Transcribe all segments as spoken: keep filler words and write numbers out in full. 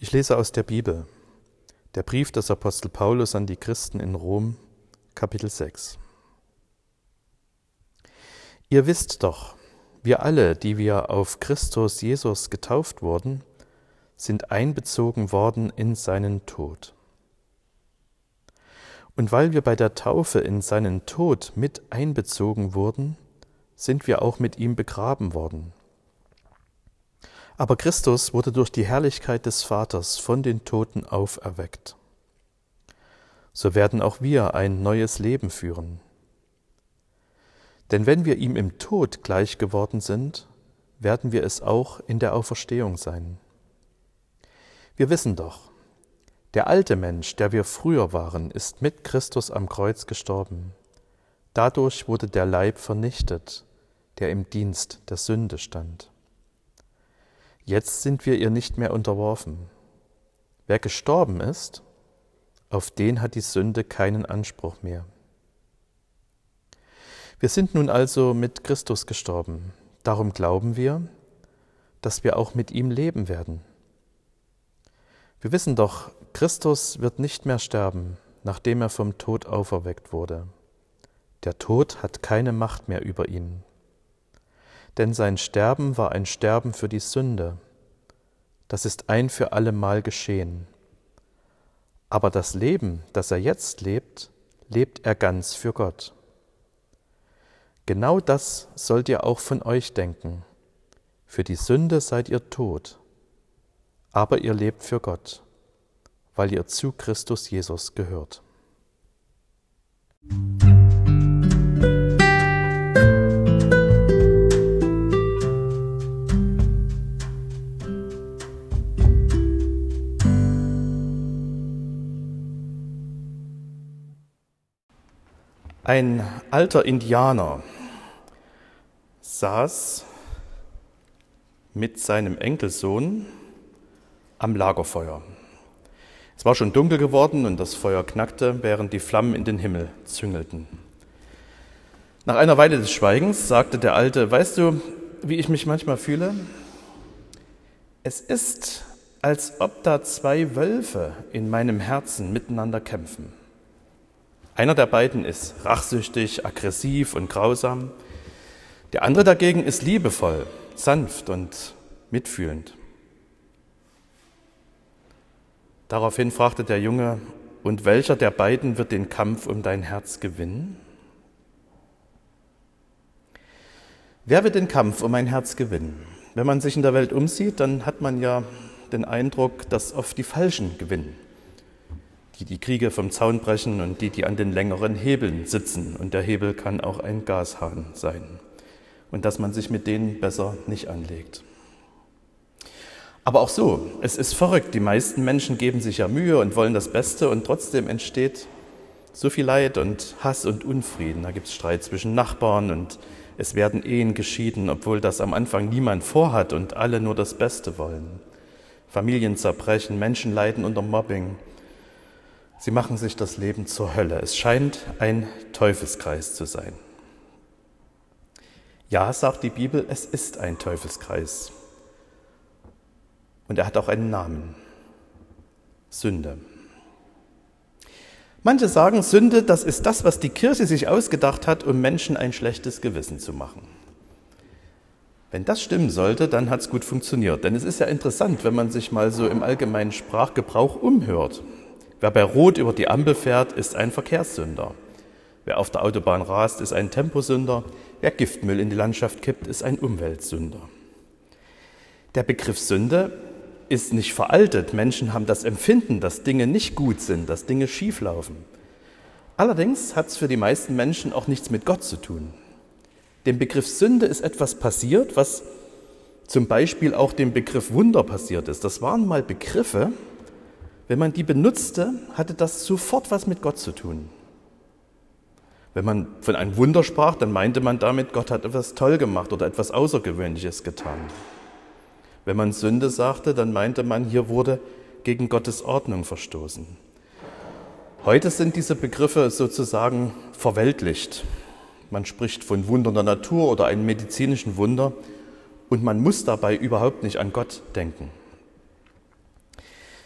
Ich lese aus der Bibel, der Brief des Apostel Paulus an die Christen in Rom, Kapitel sechs. Ihr wisst doch, wir alle, die wir auf Christus Jesus getauft wurden, sind einbezogen worden in seinen Tod. Und weil wir bei der Taufe in seinen Tod mit einbezogen wurden, sind wir auch mit ihm begraben worden. Aber Christus wurde durch die Herrlichkeit des Vaters von den Toten auferweckt. So werden auch wir ein neues Leben führen. Denn wenn wir ihm im Tod gleich geworden sind, werden wir es auch in der Auferstehung sein. Wir wissen doch, der alte Mensch, der wir früher waren, ist mit Christus am Kreuz gestorben. Dadurch wurde der Leib vernichtet, der im Dienst der Sünde stand. Jetzt sind wir ihr nicht mehr unterworfen. Wer gestorben ist, auf den hat die Sünde keinen Anspruch mehr. Wir sind nun also mit Christus gestorben. Darum glauben wir, dass wir auch mit ihm leben werden. Wir wissen doch, Christus wird nicht mehr sterben, nachdem er vom Tod auferweckt wurde. Der Tod hat keine Macht mehr über ihn. Denn sein Sterben war ein Sterben für die Sünde. Das ist ein für allemal geschehen. Aber das Leben, das er jetzt lebt, lebt er ganz für Gott. Genau das sollt ihr auch von euch denken. Für die Sünde seid ihr tot, aber ihr lebt für Gott, weil ihr zu Christus Jesus gehört. Ein alter Indianer saß mit seinem Enkelsohn am Lagerfeuer. Es war schon dunkel geworden und das Feuer knackte, während die Flammen in den Himmel züngelten. Nach einer Weile des Schweigens sagte der Alte: Weißt du, wie ich mich manchmal fühle? Es ist, als ob da zwei Wölfe in meinem Herzen miteinander kämpfen. Einer der beiden ist rachsüchtig, aggressiv und grausam. Der andere dagegen ist liebevoll, sanft und mitfühlend. Daraufhin fragte der Junge: Und welcher der beiden wird den Kampf um dein Herz gewinnen? Wer wird den Kampf um ein Herz gewinnen? Wenn man sich in der Welt umsieht, dann hat man ja den Eindruck, dass oft die Falschen gewinnen. Die die Kriege vom Zaun brechen und die, die an den längeren Hebeln sitzen. Und der Hebel kann auch ein Gashahn sein. Und dass man sich mit denen besser nicht anlegt. Aber auch so, es ist verrückt. Die meisten Menschen geben sich ja Mühe und wollen das Beste und trotzdem entsteht so viel Leid und Hass und Unfrieden. Da gibt es Streit zwischen Nachbarn und es werden Ehen geschieden, obwohl das am Anfang niemand vorhat und alle nur das Beste wollen. Familien zerbrechen, Menschen leiden unter Mobbing. Sie machen sich das Leben zur Hölle. Es scheint ein Teufelskreis zu sein. Ja, sagt die Bibel, es ist ein Teufelskreis. Und er hat auch einen Namen: Sünde. Manche sagen, Sünde, das ist das, was die Kirche sich ausgedacht hat, um Menschen ein schlechtes Gewissen zu machen. Wenn das stimmen sollte, dann hat es gut funktioniert. Denn es ist ja interessant, wenn man sich mal so im allgemeinen Sprachgebrauch umhört. Wer bei Rot über die Ampel fährt, ist ein Verkehrssünder. Wer auf der Autobahn rast, ist ein Temposünder. Wer Giftmüll in die Landschaft kippt, ist ein Umweltsünder. Der Begriff Sünde ist nicht veraltet. Menschen haben das Empfinden, dass Dinge nicht gut sind, dass Dinge schieflaufen. Allerdings hat es für die meisten Menschen auch nichts mit Gott zu tun. Dem Begriff Sünde ist etwas passiert, was zum Beispiel auch dem Begriff Wunder passiert ist. Das waren mal Begriffe, wenn man die benutzte, hatte das sofort was mit Gott zu tun. Wenn man von einem Wunder sprach, dann meinte man damit, Gott hat etwas toll gemacht oder etwas Außergewöhnliches getan. Wenn man Sünde sagte, dann meinte man, hier wurde gegen Gottes Ordnung verstoßen. Heute sind diese Begriffe sozusagen verweltlicht. Man spricht von Wundern der Natur oder einem medizinischen Wunder und man muss dabei überhaupt nicht an Gott denken.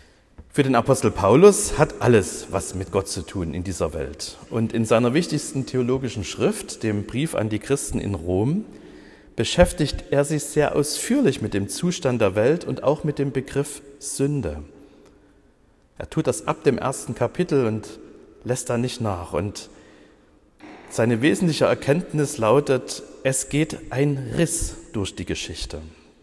Für den Apostel Paulus hat alles was mit Gott zu tun in dieser Welt. Und in seiner wichtigsten theologischen Schrift, dem Brief an die Christen in Rom, beschäftigt er sich sehr ausführlich mit dem Zustand der Welt und auch mit dem Begriff Sünde. Er tut das ab dem ersten Kapitel und lässt da nicht nach. Und seine wesentliche Erkenntnis lautet, es geht ein Riss durch die Geschichte.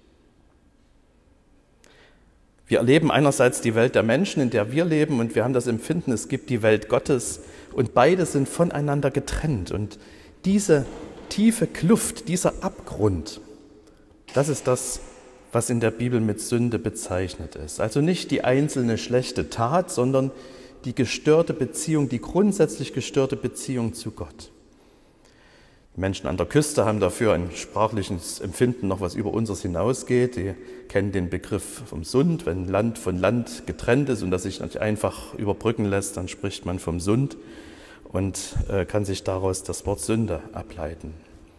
Wir erleben einerseits die Welt der Menschen, in der wir leben, und wir haben das Empfinden, es gibt die Welt Gottes, und beide sind voneinander getrennt. Und diese tiefe Kluft, dieser Abgrund, das ist das, was in der Bibel mit Sünde bezeichnet ist. Also nicht die einzelne schlechte Tat, sondern die gestörte Beziehung, die grundsätzlich gestörte Beziehung zu Gott. Die Menschen an der Küste haben dafür ein sprachliches Empfinden noch, was über unseres hinausgeht. Die kennen den Begriff vom Sund. Wenn Land von Land getrennt ist und das sich nicht einfach überbrücken lässt, dann spricht man vom Sund und äh, kann sich daraus das Wort Sünde ableiten.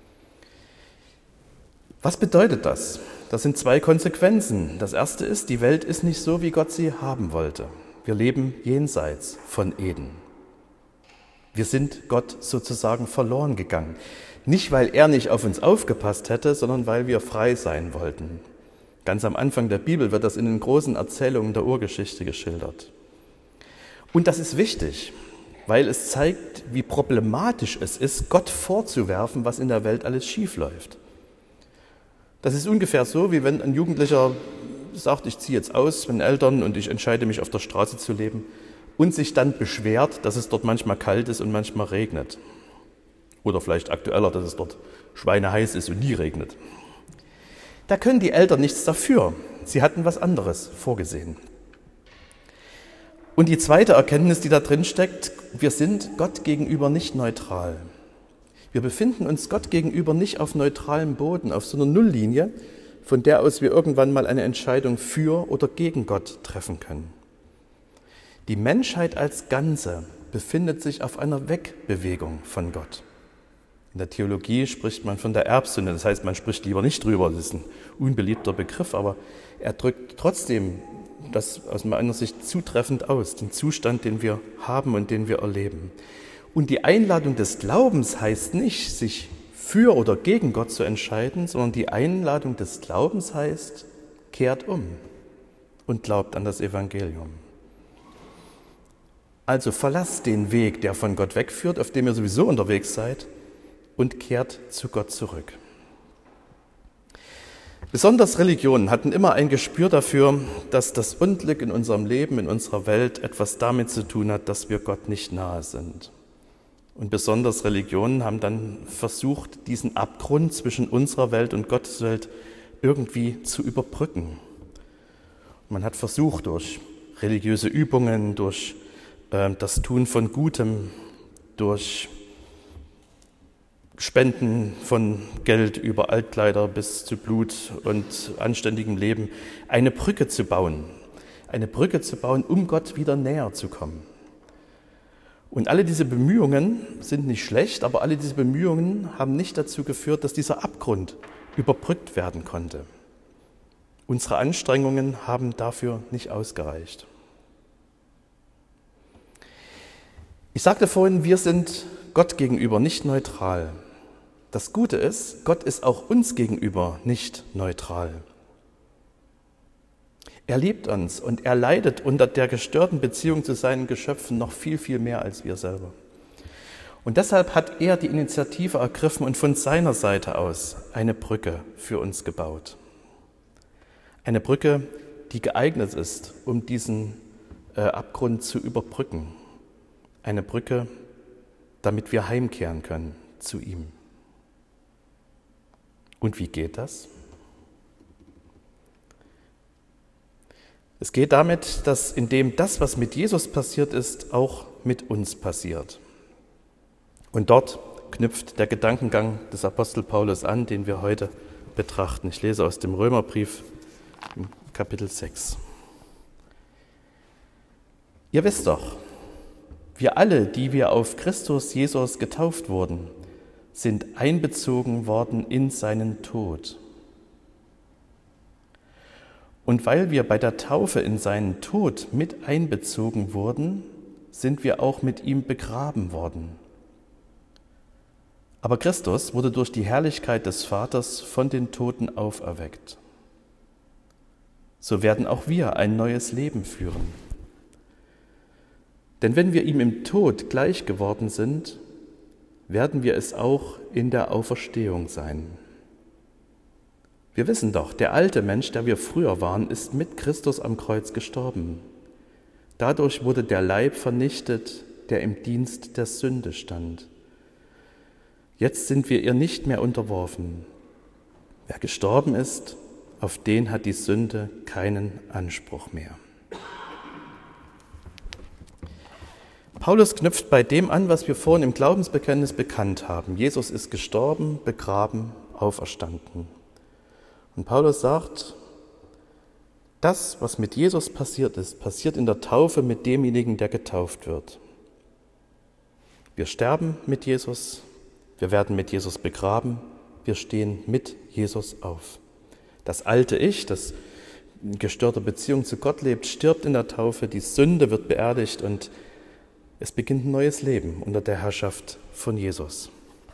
Was bedeutet das? Das sind zwei Konsequenzen. Das erste ist, die Welt ist nicht so, wie Gott sie haben wollte. Wir leben jenseits von Eden. Wir sind Gott sozusagen verloren gegangen. Nicht, weil er nicht auf uns aufgepasst hätte, sondern weil wir frei sein wollten. Ganz am Anfang der Bibel wird das in den großen Erzählungen der Urgeschichte geschildert. Und das ist wichtig, weil es zeigt, wie problematisch es ist, Gott vorzuwerfen, was in der Welt alles schief läuft. Das ist ungefähr so, wie wenn ein Jugendlicher sagt, ich ziehe jetzt aus mit den Eltern und ich entscheide mich, auf der Straße zu leben, und sich dann beschwert, dass es dort manchmal kalt ist und manchmal regnet. Oder vielleicht aktueller, dass es dort schweineheiß ist und nie regnet. Da können die Eltern nichts dafür. Sie hatten was anderes vorgesehen. Und die zweite Erkenntnis, die da drin steckt, wir sind Gott gegenüber nicht neutral. Wir befinden uns Gott gegenüber nicht auf neutralem Boden, auf so einer Nulllinie, von der aus wir irgendwann mal eine Entscheidung für oder gegen Gott treffen können. Die Menschheit als Ganze befindet sich auf einer Wegbewegung von Gott. In der Theologie spricht man von der Erbsünde, das heißt, man spricht lieber nicht drüber, das ist ein unbeliebter Begriff, aber er drückt trotzdem das aus meiner Sicht zutreffend aus, den Zustand, den wir haben und den wir erleben. Und die Einladung des Glaubens heißt nicht, sich für oder gegen Gott zu entscheiden, sondern die Einladung des Glaubens heißt, kehrt um und glaubt an das Evangelium. Also verlasst den Weg, der von Gott wegführt, auf dem ihr sowieso unterwegs seid, und kehrt zu Gott zurück. Besonders Religionen hatten immer ein Gespür dafür, dass das Unglück in unserem Leben, in unserer Welt etwas damit zu tun hat, dass wir Gott nicht nahe sind. Und besonders Religionen haben dann versucht, diesen Abgrund zwischen unserer Welt und Gottes Welt irgendwie zu überbrücken. Man hat versucht, durch religiöse Übungen, durch das Tun von Gutem, durch Spenden von Geld über Altkleider bis zu Blut und anständigem Leben, eine Brücke zu bauen. Eine Brücke zu bauen, um Gott wieder näher zu kommen. Und alle diese Bemühungen sind nicht schlecht, aber alle diese Bemühungen haben nicht dazu geführt, dass dieser Abgrund überbrückt werden konnte. Unsere Anstrengungen haben dafür nicht ausgereicht. Ich sagte vorhin, wir sind Gott gegenüber nicht neutral. Das Gute ist, Gott ist auch uns gegenüber nicht neutral. Er liebt uns und er leidet unter der gestörten Beziehung zu seinen Geschöpfen noch viel, viel mehr als wir selber. Und deshalb hat er die Initiative ergriffen und von seiner Seite aus eine Brücke für uns gebaut. Eine Brücke, die geeignet ist, um diesen äh, Abgrund zu überbrücken. Eine Brücke, damit wir heimkehren können zu ihm. Und wie geht das? Es geht damit, dass indem das, was mit Jesus passiert ist, auch mit uns passiert. Und dort knüpft der Gedankengang des Apostel Paulus an, den wir heute betrachten. Ich lese aus dem Römerbrief, Kapitel sechs. Ihr wisst doch, wir alle, die wir auf Christus Jesus getauft wurden, sind einbezogen worden in seinen Tod. Und weil wir bei der Taufe in seinen Tod mit einbezogen wurden, sind wir auch mit ihm begraben worden. Aber Christus wurde durch die Herrlichkeit des Vaters von den Toten auferweckt. So werden auch wir ein neues Leben führen. Denn wenn wir ihm im Tod gleich geworden sind, werden wir es auch in der Auferstehung sein. Wir wissen doch, der alte Mensch, der wir früher waren, ist mit Christus am Kreuz gestorben. Dadurch wurde der Leib vernichtet, der im Dienst der Sünde stand. Jetzt sind wir ihr nicht mehr unterworfen. Wer gestorben ist, auf den hat die Sünde keinen Anspruch mehr. Paulus knüpft bei dem an, was wir vorhin im Glaubensbekenntnis bekannt haben. Jesus ist gestorben, begraben, auferstanden. Und Paulus sagt, das, was mit Jesus passiert ist, passiert in der Taufe mit demjenigen, der getauft wird. Wir sterben mit Jesus, wir werden mit Jesus begraben, wir stehen mit Jesus auf. Das alte Ich, das in gestörter Beziehung zu Gott lebt, stirbt in der Taufe, die Sünde wird beerdigt und es beginnt ein neues Leben unter der Herrschaft von Jesus.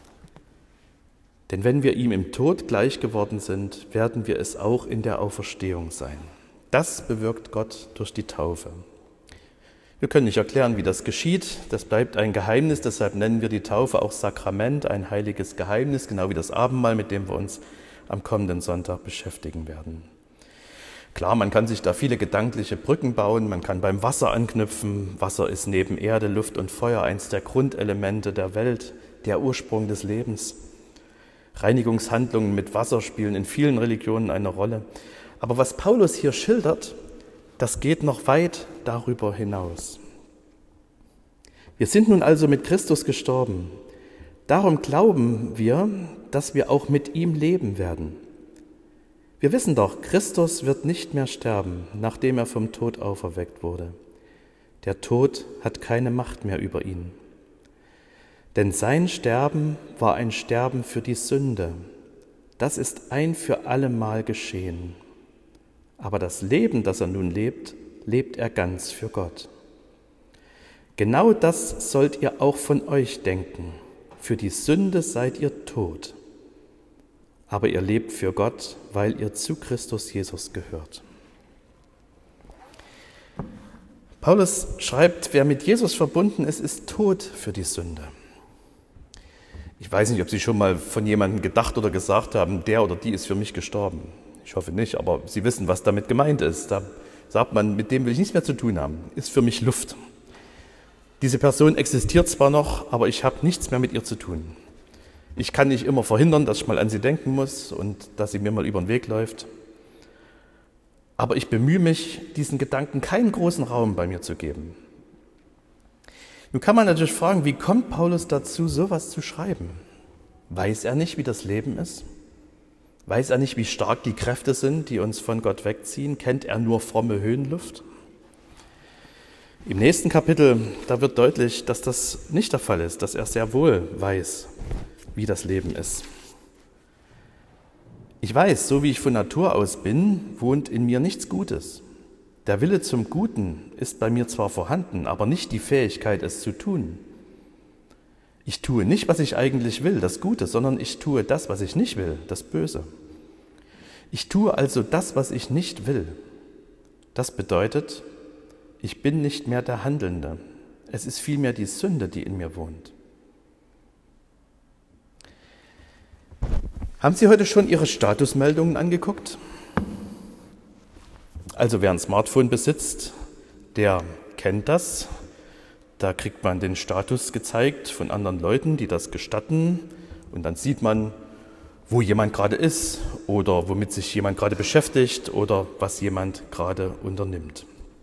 Denn wenn wir ihm im Tod gleich geworden sind, werden wir es auch in der Auferstehung sein. Das bewirkt Gott durch die Taufe. Wir können nicht erklären, wie das geschieht. Das bleibt ein Geheimnis, deshalb nennen wir die Taufe auch Sakrament, ein heiliges Geheimnis, genau wie das Abendmahl, mit dem wir uns am kommenden Sonntag beschäftigen werden. Klar, man kann sich da viele gedankliche Brücken bauen, man kann beim Wasser anknüpfen. Wasser ist neben Erde, Luft und Feuer eins der Grundelemente der Welt, der Ursprung des Lebens. Reinigungshandlungen mit Wasser spielen in vielen Religionen eine Rolle. Aber was Paulus hier schildert, das geht noch weit darüber hinaus. Wir sind nun also mit Christus gestorben. Darum glauben wir, dass wir auch mit ihm leben werden. Wir wissen doch, Christus wird nicht mehr sterben, nachdem er vom Tod auferweckt wurde. Der Tod hat keine Macht mehr über ihn. Denn sein Sterben war ein Sterben für die Sünde. Das ist ein für allemal geschehen. Aber das Leben, das er nun lebt, lebt er ganz für Gott. Genau das sollt ihr auch von euch denken. Für die Sünde seid ihr tot. Aber ihr lebt für Gott, weil ihr zu Christus Jesus gehört. Paulus schreibt, wer mit Jesus verbunden ist, ist tot für die Sünde. Ich weiß nicht, ob Sie schon mal von jemandem gedacht oder gesagt haben, der oder die ist für mich gestorben. Ich hoffe nicht, aber Sie wissen, was damit gemeint ist. Da sagt man, mit dem will ich nichts mehr zu tun haben, ist für mich Luft. Diese Person existiert zwar noch, aber ich habe nichts mehr mit ihr zu tun. Ich kann nicht immer verhindern, dass ich mal an sie denken muss und dass sie mir mal über den Weg läuft. Aber ich bemühe mich, diesen Gedanken keinen großen Raum bei mir zu geben. Nun kann man natürlich fragen, wie kommt Paulus dazu, sowas zu schreiben? Weiß er nicht, wie das Leben ist? Weiß er nicht, wie stark die Kräfte sind, die uns von Gott wegziehen? Kennt er nur fromme Höhenluft? Im nächsten Kapitel, da wird deutlich, dass das nicht der Fall ist, dass er sehr wohl weiß, wie das Leben ist. Ich weiß, so wie ich von Natur aus bin, wohnt in mir nichts Gutes. Der Wille zum Guten ist bei mir zwar vorhanden, aber nicht die Fähigkeit, es zu tun. Ich tue nicht, was ich eigentlich will, das Gute, sondern ich tue das, was ich nicht will, das Böse. Ich tue also das, was ich nicht will. Das bedeutet, ich bin nicht mehr der Handelnde. Es ist vielmehr die Sünde, die in mir wohnt. Haben Sie heute schon Ihre Statusmeldungen angeguckt? Also wer ein Smartphone besitzt, der kennt das. Da kriegt man den Status gezeigt von anderen Leuten, die das gestatten. Und dann sieht man, wo jemand gerade ist oder womit sich jemand gerade beschäftigt oder was jemand gerade unternimmt.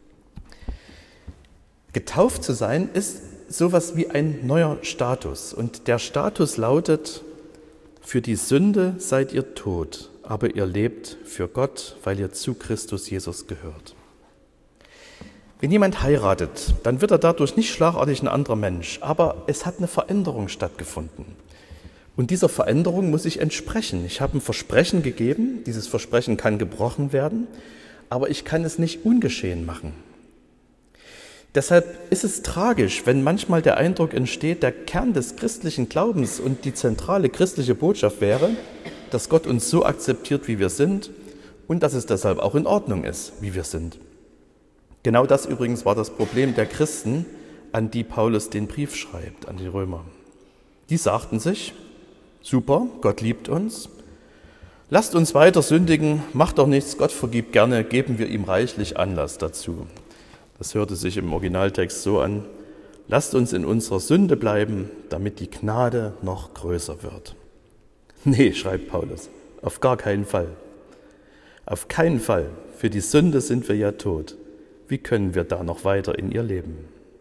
Getauft zu sein ist sowas wie ein neuer Status. Und der Status lautet: Für die Sünde seid ihr tot, aber ihr lebt für Gott, weil ihr zu Christus Jesus gehört. Wenn jemand heiratet, dann wird er dadurch nicht schlagartig ein anderer Mensch, aber es hat eine Veränderung stattgefunden. Und dieser Veränderung muss ich entsprechen. Ich habe ein Versprechen gegeben, dieses Versprechen kann gebrochen werden, aber ich kann es nicht ungeschehen machen. Deshalb ist es tragisch, wenn manchmal der Eindruck entsteht, der Kern des christlichen Glaubens und die zentrale christliche Botschaft wäre, dass Gott uns so akzeptiert, wie wir sind und dass es deshalb auch in Ordnung ist, wie wir sind. Genau das übrigens war das Problem der Christen, an die Paulus den Brief schreibt, an die Römer. Die sagten sich, super, Gott liebt uns, lasst uns weiter sündigen, macht doch nichts, Gott vergibt gerne, geben wir ihm reichlich Anlass dazu. Das hörte sich im Originaltext so an, lasst uns in unserer Sünde bleiben, damit die Gnade noch größer wird. Nee, schreibt Paulus, auf gar keinen Fall. Auf keinen Fall, für die Sünde sind wir ja tot. Wie können wir da noch weiter in ihr leben?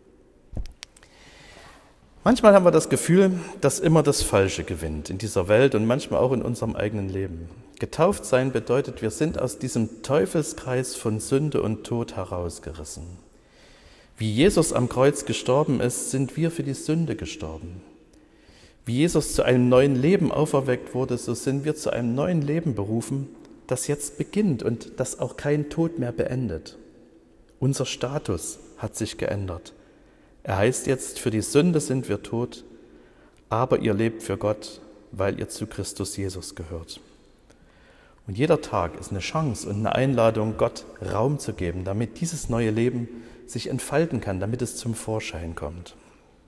Manchmal haben wir das Gefühl, dass immer das Falsche gewinnt in dieser Welt und manchmal auch in unserem eigenen Leben. Getauft sein bedeutet, wir sind aus diesem Teufelskreis von Sünde und Tod herausgerissen. Wie Jesus am Kreuz gestorben ist, sind wir für die Sünde gestorben. Wie Jesus zu einem neuen Leben auferweckt wurde, so sind wir zu einem neuen Leben berufen, das jetzt beginnt und das auch kein Tod mehr beendet. Unser Status hat sich geändert. Er heißt jetzt, für die Sünde sind wir tot, aber ihr lebt für Gott, weil ihr zu Christus Jesus gehört. Und jeder Tag ist eine Chance und eine Einladung, Gott Raum zu geben, damit dieses neue Leben sich entfalten kann, damit es zum Vorschein kommt.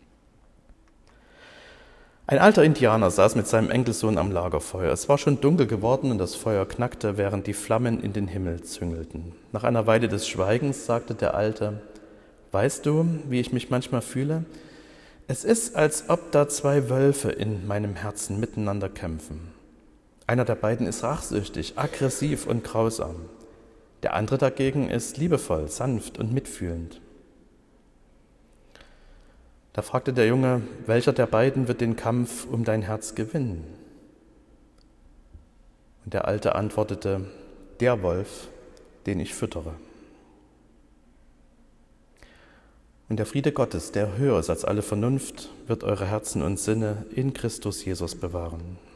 Ein alter Indianer saß mit seinem Enkelsohn am Lagerfeuer. Es war schon dunkel geworden und das Feuer knackte, während die Flammen in den Himmel züngelten. Nach einer Weile des Schweigens sagte der Alte, weißt du, wie ich mich manchmal fühle? Es ist, als ob da zwei Wölfe in meinem Herzen miteinander kämpfen. Einer der beiden ist rachsüchtig, aggressiv und grausam. Der andere dagegen ist liebevoll, sanft und mitfühlend. Da fragte der Junge, welcher der beiden wird den Kampf um dein Herz gewinnen? Und der Alte antwortete, der Wolf, den ich füttere. Und der Friede Gottes, der höher ist als alle Vernunft, wird eure Herzen und Sinne in Christus Jesus bewahren.